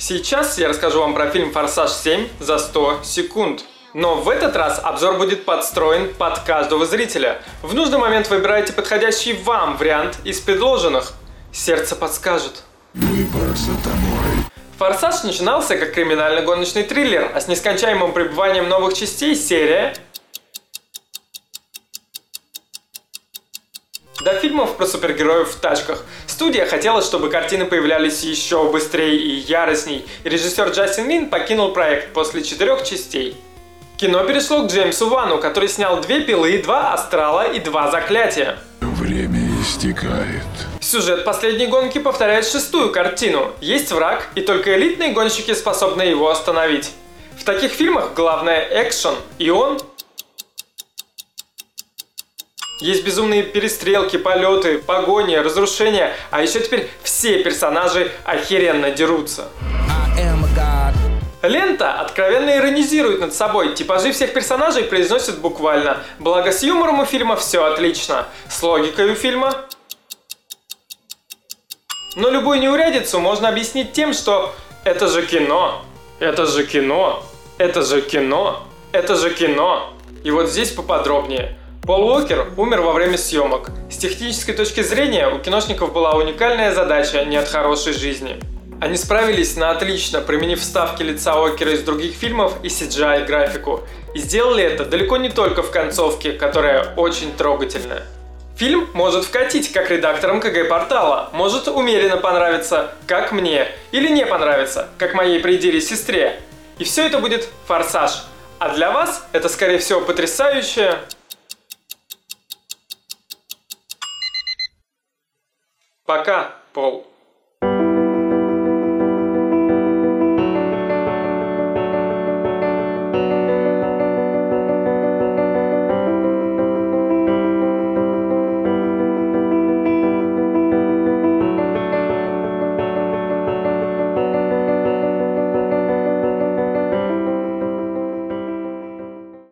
Сейчас я расскажу вам про фильм «Форсаж 7» за 100 секунд. Но в этот раз обзор будет подстроен под каждого зрителя. В нужный момент выбирайте подходящий вам вариант из предложенных. Сердце подскажет. Выбор за тобой. «Форсаж» начинался как криминально-гоночный триллер, а с нескончаемым пребыванием новых частей серия до фильмов про супергероев в тачках. Студия хотела, чтобы картины появлялись еще быстрее и яростней, и режиссер Джастин Лин покинул проект после 4 частей. Кино перешло к Джеймсу Вану, который снял 2 пилы, 2 астрала и 2 заклятия. Время истекает. Сюжет последней гонки повторяет 6-ю картину. Есть враг, и только элитные гонщики способны его остановить. В таких фильмах главное экшен, и он... Есть безумные перестрелки, полеты, погони, разрушения, а еще теперь все персонажи охеренно дерутся. Лента откровенно иронизирует над собой, типажи всех персонажей произносят буквально. Благо с юмором у фильма все отлично, с логикой у фильма. Но любую неурядицу можно объяснить тем, что это же кино, это же кино, это же кино, это же кино. И вот здесь поподробнее. Пол Уокер умер во время съемок. С технической точки зрения у киношников была уникальная задача не от хорошей жизни. Они справились на отлично, применив вставки лица Уокера из других фильмов и CGI-графику. И сделали это далеко не только в концовке, которая очень трогательная. Фильм может вкатить, как редакторам КГ-портала, может умеренно понравиться, как мне, или не понравиться, как моей придире сестре. И все это будет «Форсаж». А для вас это, скорее всего, потрясающее... Пока, Пол.